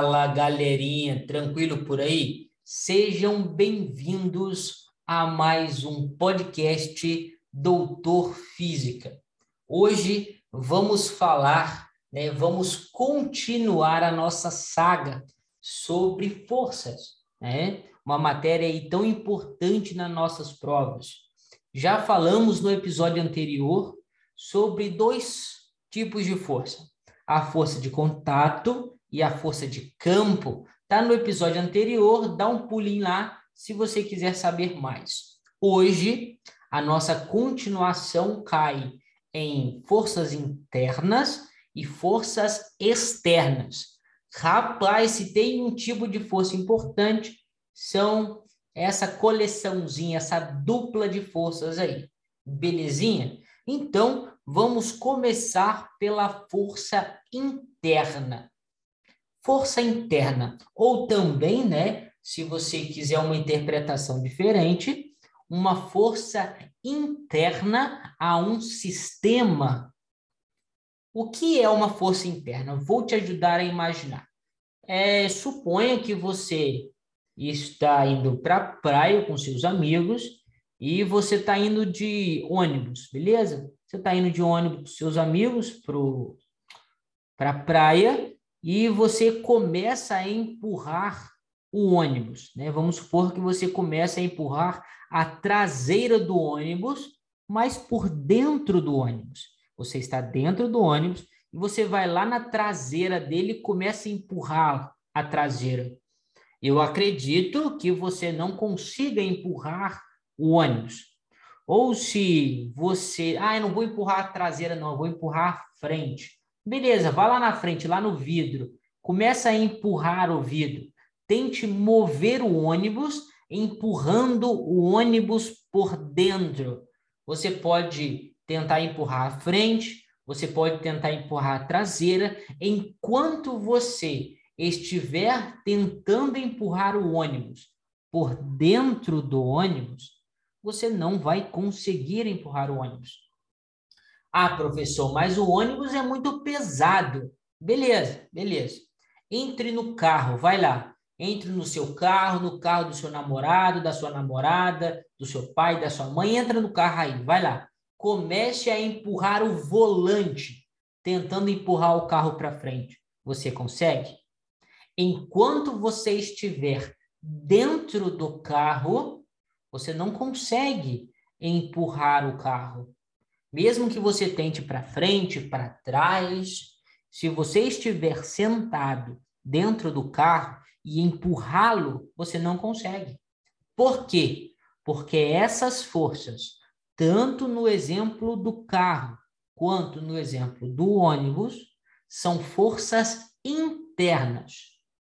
Fala, galerinha, tranquilo por aí? Sejam bem-vindos a mais um podcast Doutor Física. Hoje vamos falar, vamos continuar a nossa saga sobre forças, uma matéria aí tão importante nas nossas provas. Já falamos no episódio anterior sobre dois tipos de força, a força de contato e a força de campo. Tá no episódio anterior, dá um pulinho lá se você quiser saber mais. Hoje, a nossa continuação cai em forças internas e forças externas. Rapaz, se tem um tipo de força importante, são essa coleçãozinha, essa dupla de forças aí. Belezinha? Então, vamos começar pela força interna. Força interna, ou também, se você quiser uma interpretação diferente, uma força interna a um sistema. O que é uma força interna? Vou te ajudar a imaginar. Suponha que você está indo para a praia com seus amigos e você está indo de ônibus, beleza? Você está indo de ônibus com seus amigos para a praia e você começa a empurrar o ônibus, Vamos supor que você começa a empurrar a traseira do ônibus, mas por dentro do ônibus. Você está dentro do ônibus e você vai lá na traseira dele e começa a empurrar a traseira. Eu acredito que você não consiga empurrar o ônibus. Ou se você... eu não vou empurrar a traseira, não, eu vou empurrar a frente. Beleza, vai lá na frente, lá no vidro. Começa a empurrar o vidro. Tente mover o ônibus, empurrando o ônibus por dentro. Você pode tentar empurrar a frente, você pode tentar empurrar a traseira. Enquanto você estiver tentando empurrar o ônibus por dentro do ônibus, você não vai conseguir empurrar o ônibus. Ah, professor, mas o ônibus é muito pesado. Beleza. Entre no carro, vai lá. Entre no seu carro, no carro do seu namorado, da sua namorada, do seu pai, da sua mãe. Entra no carro aí, vai lá. Comece a empurrar o volante, tentando empurrar o carro para frente. Você consegue? Enquanto você estiver dentro do carro, você não consegue empurrar o carro. Mesmo que você tente para frente, para trás, se você estiver sentado dentro do carro e empurrá-lo, você não consegue. Por quê? Porque essas forças, tanto no exemplo do carro quanto no exemplo do ônibus, são forças internas.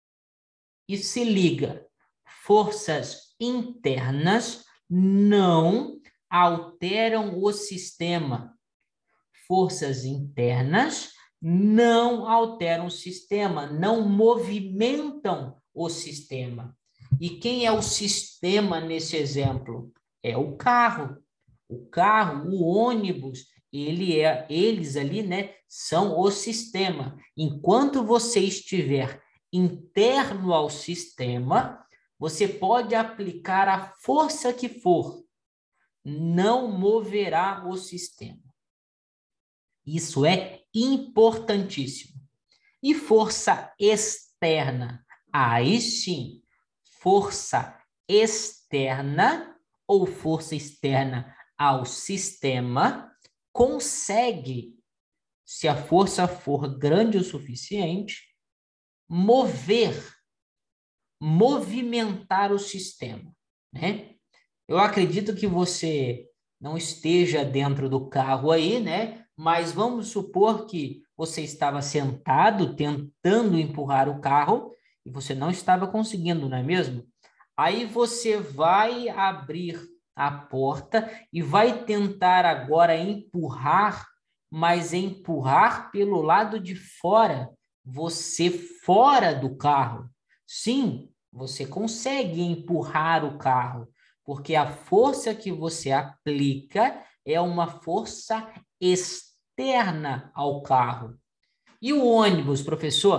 E se liga, forças internas não alteram o sistema. Forças internas não alteram o sistema, não movimentam o sistema. E quem é o sistema nesse exemplo? É o carro. O carro, o ônibus, eles ali, são o sistema. Enquanto você estiver interno ao sistema, você pode aplicar a força que for, não moverá o sistema. Isso é importantíssimo. E força externa? Aí sim, força externa ou força externa ao sistema consegue, se a força for grande o suficiente, movimentar o sistema, Eu acredito que você não esteja dentro do carro aí, Mas vamos supor que você estava sentado tentando empurrar o carro e você não estava conseguindo, não é mesmo? Aí você vai abrir a porta e vai tentar agora empurrar, mas empurrar pelo lado de fora, você fora do carro. Sim, você consegue empurrar o carro, porque a força que você aplica é uma força externa ao carro. E o ônibus, professor?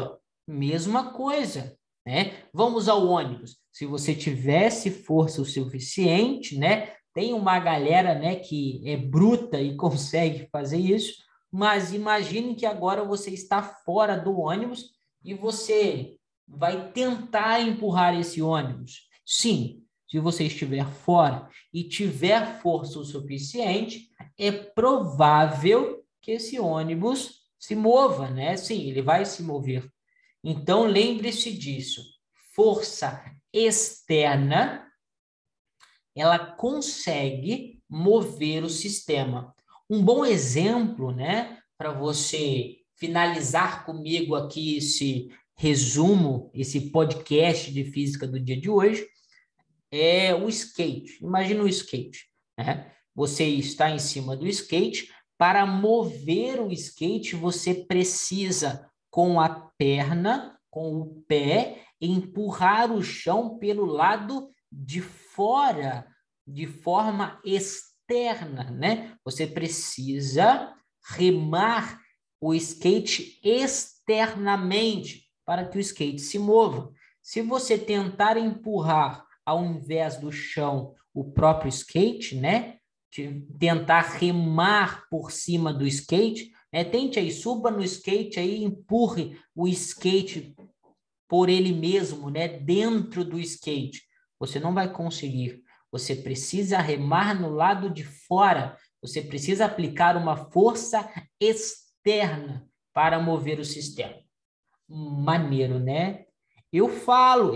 mesma coisa, né? Vamos ao ônibus. Se você tivesse força o suficiente, né? Tem uma galera, né, que é bruta e consegue fazer isso, mas imagine que agora você está fora do ônibus e você vai tentar empurrar esse ônibus. Sim, se você estiver fora e tiver força o suficiente, é provável que esse ônibus se mova, né? Sim, ele vai se mover. Então, lembre-se disso. Força externa, ela consegue mover o sistema. Um bom exemplo, né, para você finalizar comigo aqui esse resumo, esse podcast de física do dia de hoje, é o skate. Imagina o skate, né? Você está em cima do skate. Para mover o skate, você precisa, com a perna, com o pé, empurrar o chão pelo lado de fora, de forma externa, né? Você precisa remar o skate externamente para que o skate se mova. Se você tentar empurrar ao invés do chão, o próprio skate, né? Tentar remar por cima do skate, né? Tente aí, suba no skate aí, empurre o skate por ele mesmo, né? Dentro do skate. Você não vai conseguir. Você precisa remar no lado de fora. Você precisa aplicar uma força externa para mover o sistema. Maneiro, né? Eu falo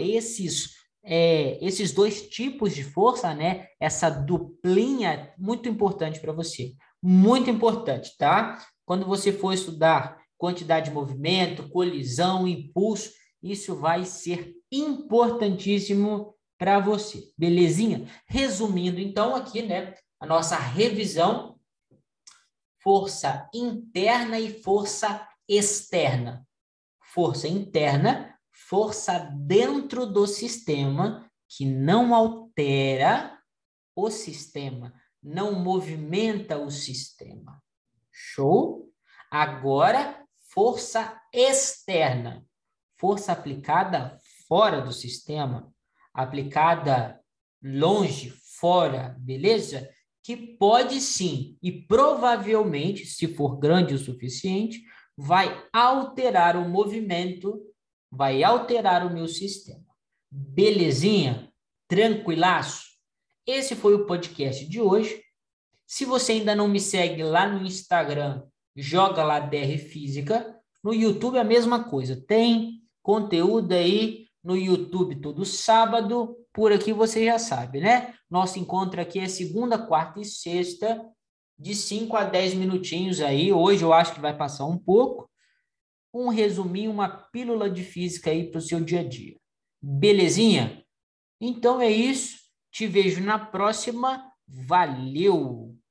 esses dois tipos de força, né? Essa duplinha, muito importante para você. Muito importante, tá? Quando você for estudar quantidade de movimento, colisão, impulso, isso vai ser importantíssimo para você. Belezinha? Resumindo, então, aqui, né? A nossa revisão, força interna e força externa. Força interna, força dentro do sistema, que não altera o sistema, não movimenta o sistema. Show? Agora, força externa, força aplicada fora do sistema, aplicada longe, fora, beleza? Que pode sim, e provavelmente, se for grande o suficiente, vai alterar o movimento, vai alterar o meu sistema. Belezinha? Tranquilaço? Esse foi o podcast de hoje. Se você ainda não me segue lá no Instagram, joga lá DR Física. No YouTube a mesma coisa. Tem conteúdo aí no YouTube todo sábado. Por aqui você já sabe, né? Nosso encontro aqui é segunda, quarta e sexta, de 5 a 10 minutinhos aí. Hoje eu acho que vai passar um pouco. Um resuminho, uma pílula de física aí para o seu dia a dia. Belezinha? Então é isso. Te vejo na próxima. Valeu!